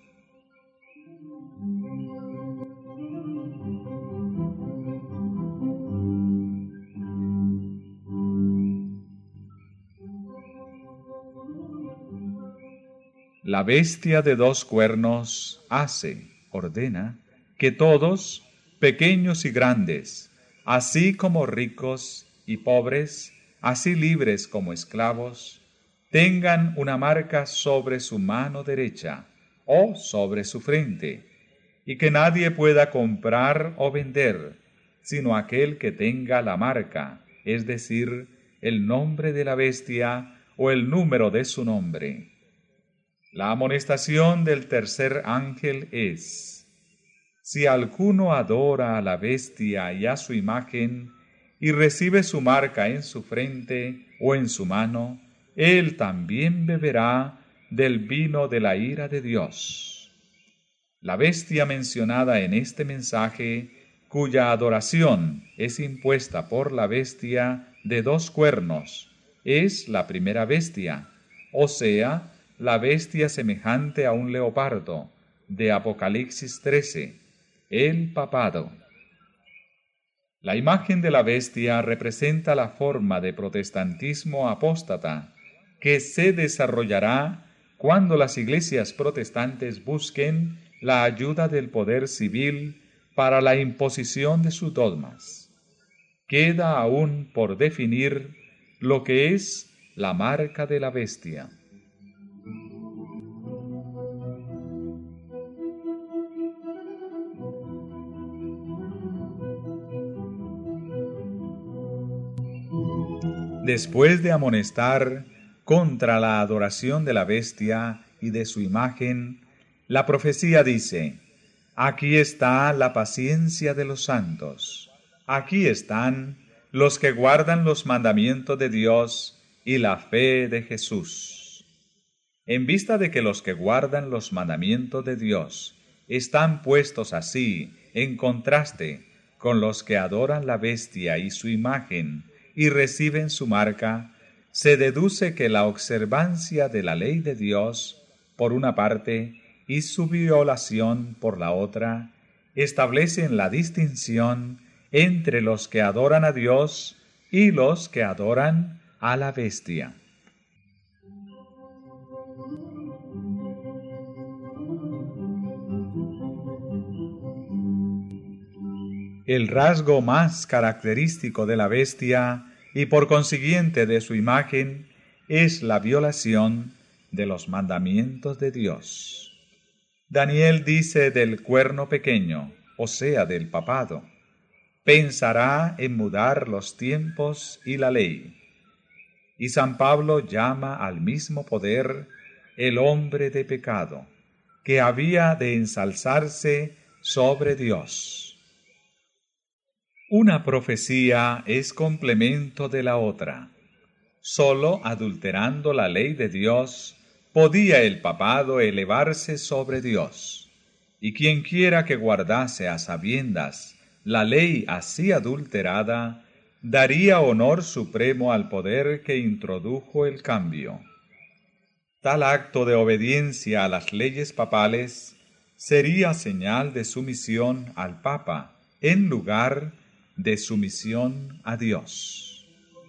A: La bestia de dos cuernos ordena, que todos, pequeños y grandes, así como ricos y pobres, así libres como esclavos, tengan una marca sobre su mano derecha o sobre su frente, y que nadie pueda comprar o vender, sino aquel que tenga la marca, es decir, el nombre de la bestia o el número de su nombre. La amonestación del tercer ángel es: si alguno adora a la bestia y a su imagen, y recibe su marca en su frente o en su mano, él también beberá del vino de la ira de Dios. La bestia mencionada en este mensaje, cuya adoración es impuesta por la bestia de dos cuernos, es la primera bestia, o sea, la bestia semejante a un leopardo, de Apocalipsis 13, el papado. La imagen de la bestia representa la forma de protestantismo apóstata que se desarrollará cuando las iglesias protestantes busquen la ayuda del poder civil para la imposición de sus dogmas. Queda aún por definir lo que es la marca de la bestia. Después de amonestar contra la adoración de la bestia y de su imagen, la profecía dice: aquí está la paciencia de los santos, aquí están los que guardan los mandamientos de Dios y la fe de Jesús. En vista de que los que guardan los mandamientos de Dios están puestos así en contraste con los que adoran la bestia y su imagen y reciben su marca, se deduce que la observancia de la ley de Dios, por una parte, y su violación por la otra, establecen la distinción entre los que adoran a Dios y los que adoran a la bestia. El rasgo más característico de la bestia y por consiguiente de su imagen es la violación de los mandamientos de Dios. Daniel dice del cuerno pequeño, o sea, del papado, pensará en mudar los tiempos y la ley. Y San Pablo llama al mismo poder el hombre de pecado, que había de ensalzarse sobre Dios. Una profecía es complemento de la otra. Solo adulterando la ley de Dios podía el papado elevarse sobre Dios. Y quienquiera que guardase a sabiendas la ley así adulterada, daría honor supremo al poder que introdujo el cambio. Tal acto de obediencia a las leyes papales sería señal de sumisión al Papa, en lugar de sumisión a Dios.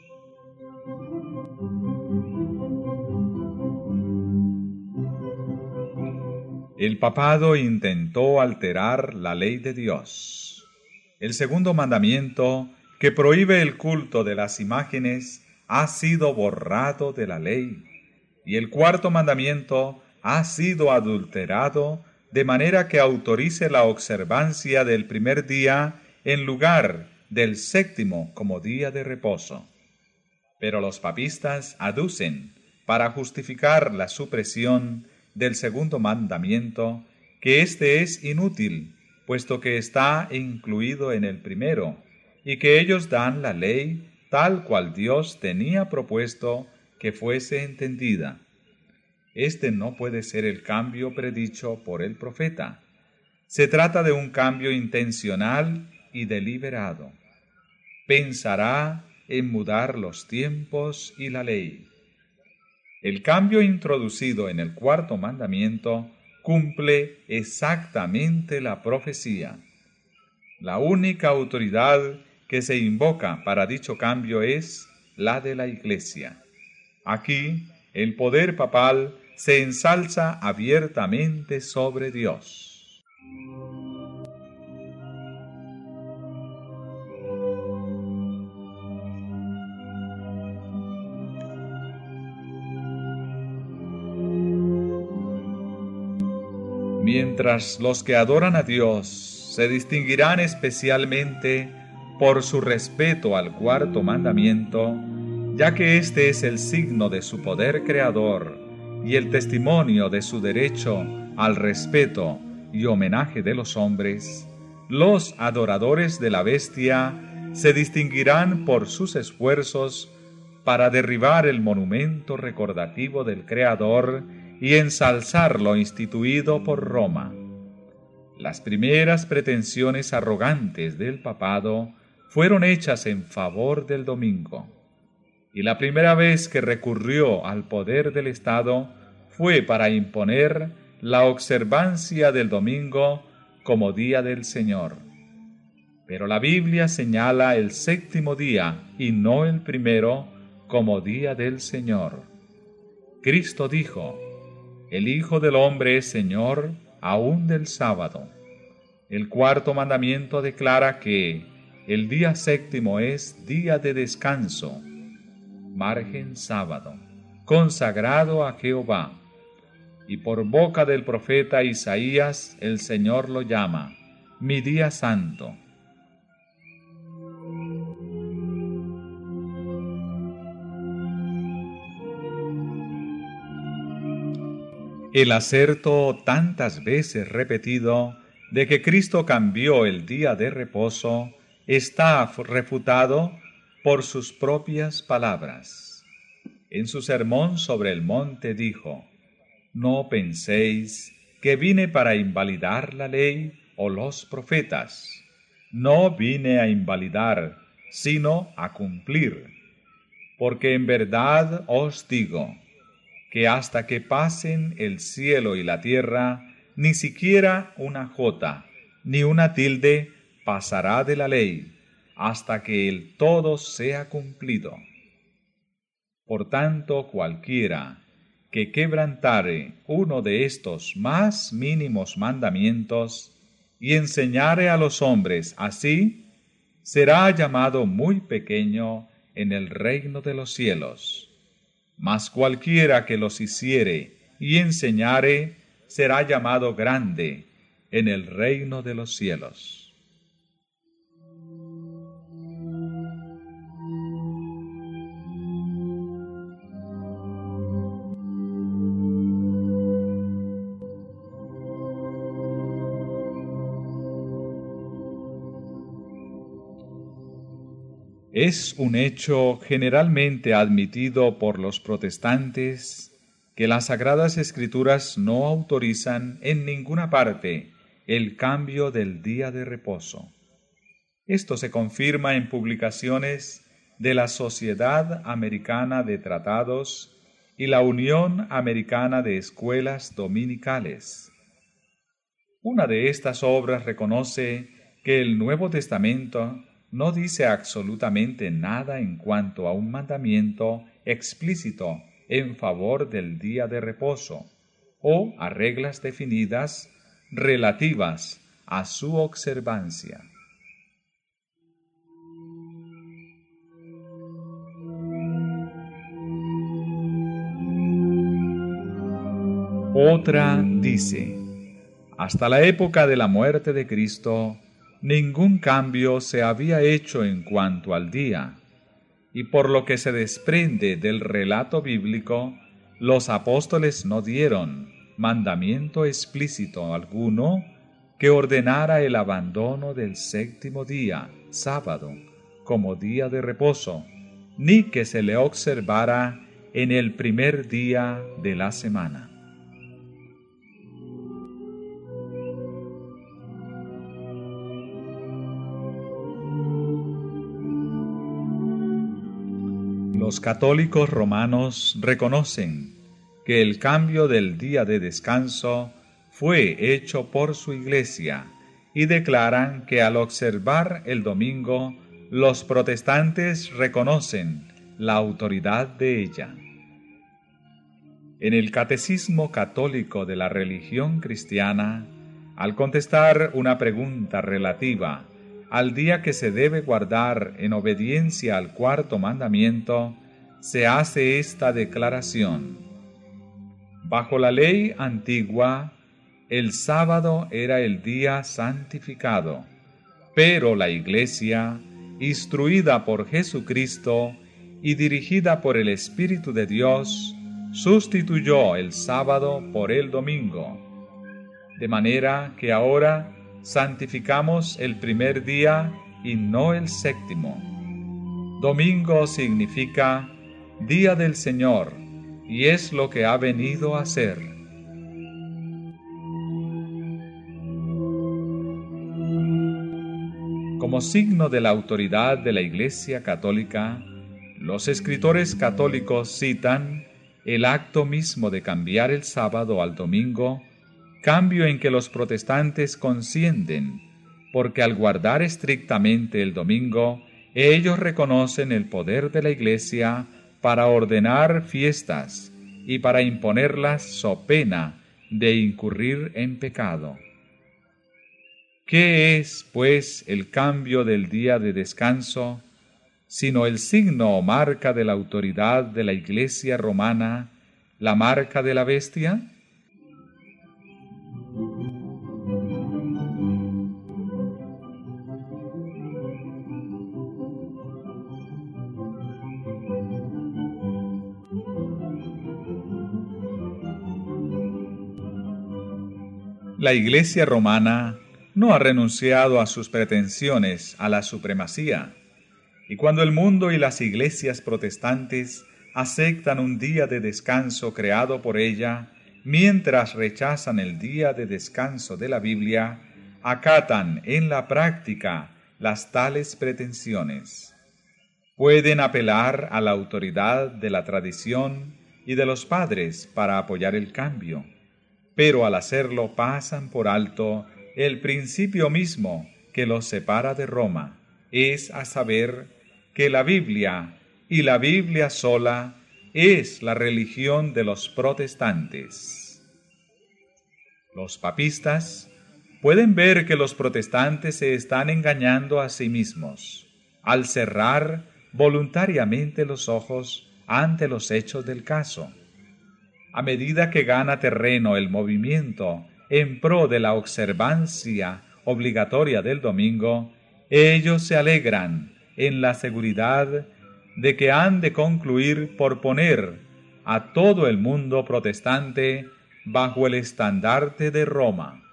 A: El papado intentó alterar la ley de Dios. El segundo mandamiento, que prohíbe el culto de las imágenes, ha sido borrado de la ley, y el cuarto mandamiento ha sido adulterado de manera que autorice la observancia del primer día en lugar del séptimo como día de reposo. Pero los papistas aducen, para justificar la supresión del segundo mandamiento, que éste es inútil, puesto que está incluido en el primero, y que ellos dan la ley tal cual Dios tenía propuesto que fuese entendida. Este no puede ser el cambio predicho por el profeta. Se trata de un cambio intencional y deliberado. Pensará en mudar los tiempos y la ley. El cambio introducido en el cuarto mandamiento cumple exactamente la profecía. La única autoridad que se invoca para dicho cambio es la de la Iglesia. Aquí, el poder papal se ensalza abiertamente sobre Dios. Mientras los que adoran a Dios se distinguirán especialmente por su respeto al cuarto mandamiento, ya que este es el signo de su poder creador y el testimonio de su derecho al respeto y homenaje de los hombres, los adoradores de la bestia se distinguirán por sus esfuerzos para derribar el monumento recordativo del Creador y ensalzar lo instituido por Roma. Las primeras pretensiones arrogantes del papado fueron hechas en favor del domingo, y la primera vez que recurrió al poder del Estado fue para imponer la observancia del domingo como día del Señor. Pero la Biblia señala el séptimo día y no el primero como día del Señor. Cristo dijo: el Hijo del Hombre es Señor aún del sábado. El cuarto mandamiento declara que el día séptimo es día de descanso, margen sábado, consagrado a Jehová. Y por boca del profeta Isaías el Señor lo llama mi día santo. El aserto tantas veces repetido de que Cristo cambió el día de reposo está refutado por sus propias palabras. En su sermón sobre el monte dijo: no penséis que vine para invalidar la ley o los profetas. No vine a invalidar, sino a cumplir. Porque en verdad os digo que hasta que pasen el cielo y la tierra, ni siquiera una jota, ni una tilde pasará de la ley, hasta que el todo sea cumplido. Por tanto, cualquiera que quebrantare uno de estos más mínimos mandamientos y enseñare a los hombres así, será llamado muy pequeño en el reino de los cielos. Mas cualquiera que los hiciere y enseñare, será llamado grande en el reino de los cielos. Es un hecho generalmente admitido por los protestantes que las Sagradas Escrituras no autorizan en ninguna parte el cambio del día de reposo. Esto se confirma en publicaciones de la Sociedad Americana de Tratados y la Unión Americana de Escuelas Dominicales. Una de estas obras reconoce que el Nuevo Testamento no dice absolutamente nada en cuanto a un mandamiento explícito en favor del día de reposo o a reglas definidas relativas a su observancia. Otra dice: hasta la época de la muerte de Cristo, ningún cambio se había hecho en cuanto al día, y por lo que se desprende del relato bíblico, los apóstoles no dieron mandamiento explícito alguno que ordenara el abandono del séptimo día, sábado, como día de reposo, ni que se le observara en el primer día de la semana. Los católicos romanos reconocen que el cambio del día de descanso fue hecho por su Iglesia y declaran que al observar el domingo, los protestantes reconocen la autoridad de ella. En el Catecismo Católico de la Religión Cristiana, al contestar una pregunta relativa al día que se debe guardar en obediencia al cuarto mandamiento, se hace esta declaración: bajo la ley antigua, el sábado era el día santificado, pero la Iglesia, instruida por Jesucristo y dirigida por el Espíritu de Dios, sustituyó el sábado por el domingo, de manera que ahora santificamos el primer día y no el séptimo. Domingo significa Día del Señor, y es lo que ha venido a ser. Como signo de la autoridad de la Iglesia Católica, los escritores católicos citan el acto mismo de cambiar el sábado al domingo, cambio en que los protestantes consienten, porque al guardar estrictamente el domingo, ellos reconocen el poder de la Iglesia para ordenar fiestas y para imponerlas so pena de incurrir en pecado. ¿Qué es, pues, el cambio del día de descanso, sino el signo o marca de la autoridad de la Iglesia romana, la marca de la bestia? La Iglesia romana no ha renunciado a sus pretensiones a la supremacía, y cuando el mundo y las iglesias protestantes aceptan un día de descanso creado por ella, mientras rechazan el día de descanso de la Biblia, acatan en la práctica las tales pretensiones. Pueden apelar a la autoridad de la tradición y de los padres para apoyar el cambio, pero al hacerlo pasan por alto el principio mismo que los separa de Roma, es a saber, que la Biblia, y la Biblia sola, es la religión de los protestantes. Los papistas pueden ver que los protestantes se están engañando a sí mismos al cerrar voluntariamente los ojos ante los hechos del caso. A medida que gana terreno el movimiento en pro de la observancia obligatoria del domingo, ellos se alegran en la seguridad de que han de concluir por poner a todo el mundo protestante bajo el estandarte de Roma.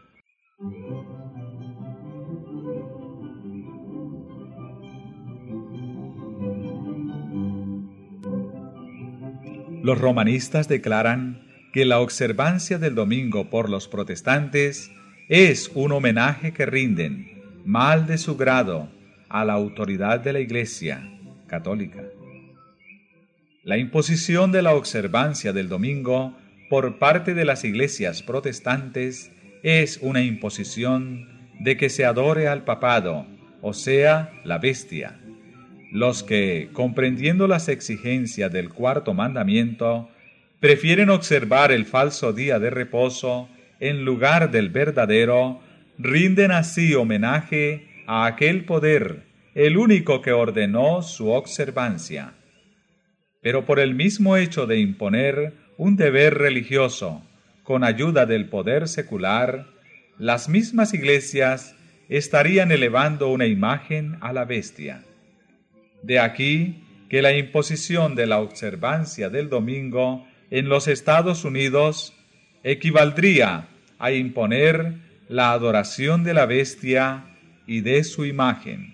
A: Los romanistas declaran que la observancia del domingo por los protestantes es un homenaje que rinden, mal de su grado, a la autoridad de la Iglesia católica. La imposición de la observancia del domingo por parte de las iglesias protestantes es una imposición de que se adore al papado, o sea, la bestia. Los que, comprendiendo las exigencias del cuarto mandamiento, prefieren observar el falso día de reposo en lugar del verdadero, rinden así homenaje a aquel poder, el único que ordenó su observancia. Pero por el mismo hecho de imponer un deber religioso con ayuda del poder secular, las mismas iglesias estarían elevando una imagen a la bestia. De aquí que la imposición de la observancia del domingo en los Estados Unidos equivaldría a imponer la adoración de la bestia y de su imagen.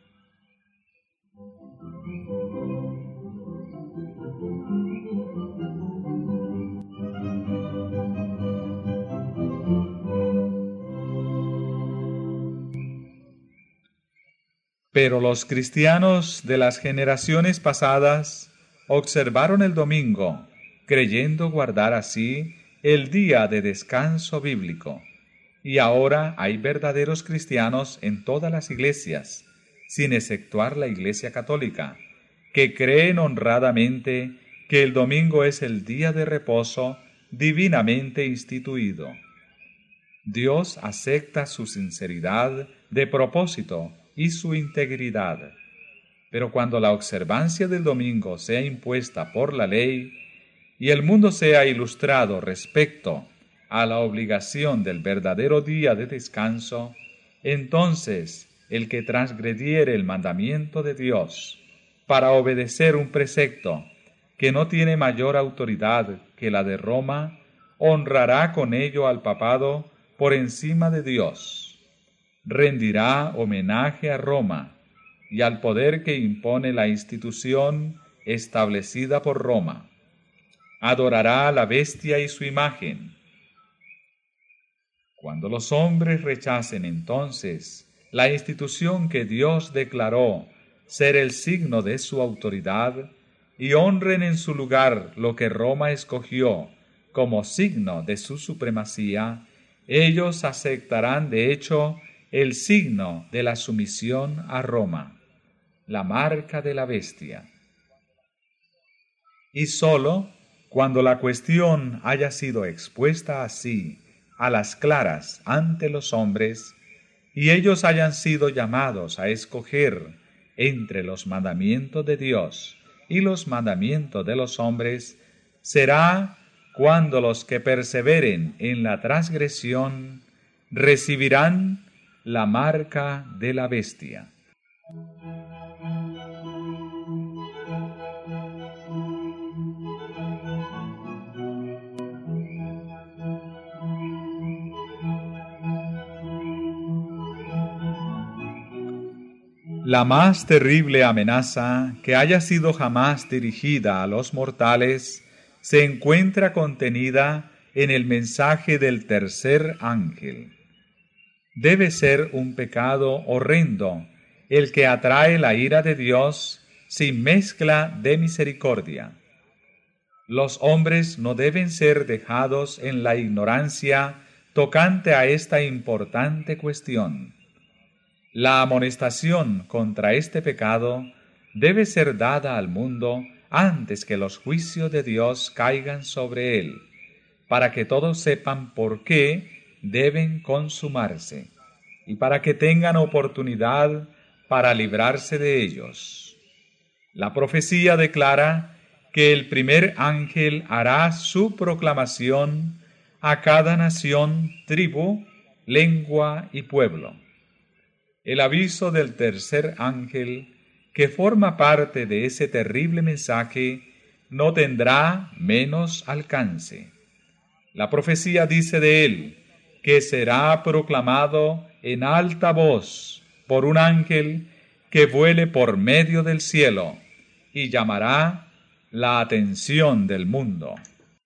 A: Pero los cristianos de las generaciones pasadas observaron el domingo, creyendo guardar así el día de descanso bíblico. Y ahora hay verdaderos cristianos en todas las iglesias, sin exceptuar la Iglesia Católica, que creen honradamente que el domingo es el día de reposo divinamente instituido. Dios acepta su sinceridad de propósito y su integridad. Pero cuando la observancia del domingo sea impuesta por la ley y el mundo sea ilustrado respecto a la obligación del verdadero día de descanso, entonces el que transgrediere el mandamiento de Dios para obedecer un precepto que no tiene mayor autoridad que la de Roma, honrará con ello al papado por encima de Dios. Rendirá homenaje a Roma y al poder que impone la institución establecida por Roma. Adorará a la bestia y su imagen. Cuando los hombres rechacen entonces la institución que Dios declaró ser el signo de su autoridad y honren en su lugar lo que Roma escogió como signo de su supremacía, ellos aceptarán de hecho el signo de la sumisión a Roma, la marca de la bestia. Y sólo cuando la cuestión haya sido expuesta así a las claras ante los hombres, y ellos hayan sido llamados a escoger entre los mandamientos de Dios y los mandamientos de los hombres, será cuando los que perseveren en la transgresión recibirán la marca de la bestia. La más terrible amenaza que haya sido jamás dirigida a los mortales se encuentra contenida en el mensaje del tercer ángel. Debe ser un pecado horrendo el que atrae la ira de Dios sin mezcla de misericordia. Los hombres no deben ser dejados en la ignorancia tocante a esta importante cuestión. La amonestación contra este pecado debe ser dada al mundo antes que los juicios de Dios caigan sobre él, para que todos sepan por qué deben consumarse, y para que tengan oportunidad para librarse de ellos. La profecía declara que el primer ángel hará su proclamación a cada nación, tribu, lengua y pueblo. El aviso del tercer ángel, que forma parte de ese terrible mensaje, no tendrá menos alcance. La profecía dice de él que será proclamado en alta voz por un ángel que vuele por medio del cielo y llamará la atención del mundo.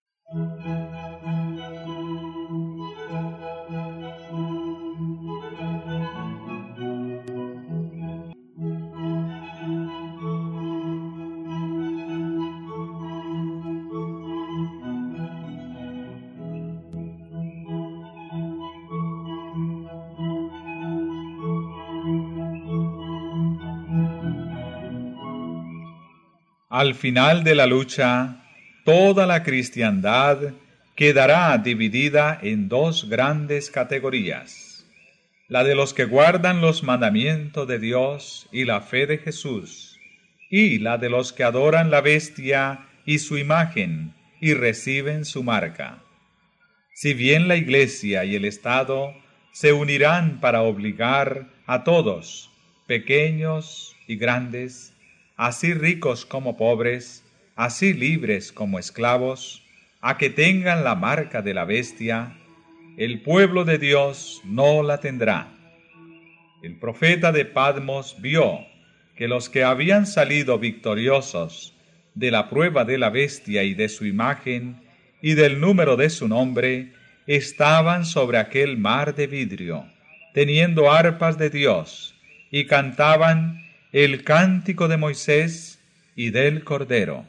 A: Al final de la lucha, toda la cristiandad quedará dividida en dos grandes categorías: la de los que guardan los mandamientos de Dios y la fe de Jesús, y la de los que adoran la bestia y su imagen y reciben su marca. Si bien la Iglesia y el Estado se unirán para obligar a todos, pequeños y grandes, así ricos como pobres, así libres como esclavos, a que tengan la marca de la bestia, el pueblo de Dios no la tendrá. El profeta de Patmos vio que los que habían salido victoriosos de la prueba de la bestia y de su imagen y del número de su nombre estaban sobre aquel mar de vidrio, teniendo arpas de Dios, y cantaban el cántico de Moisés y del Cordero.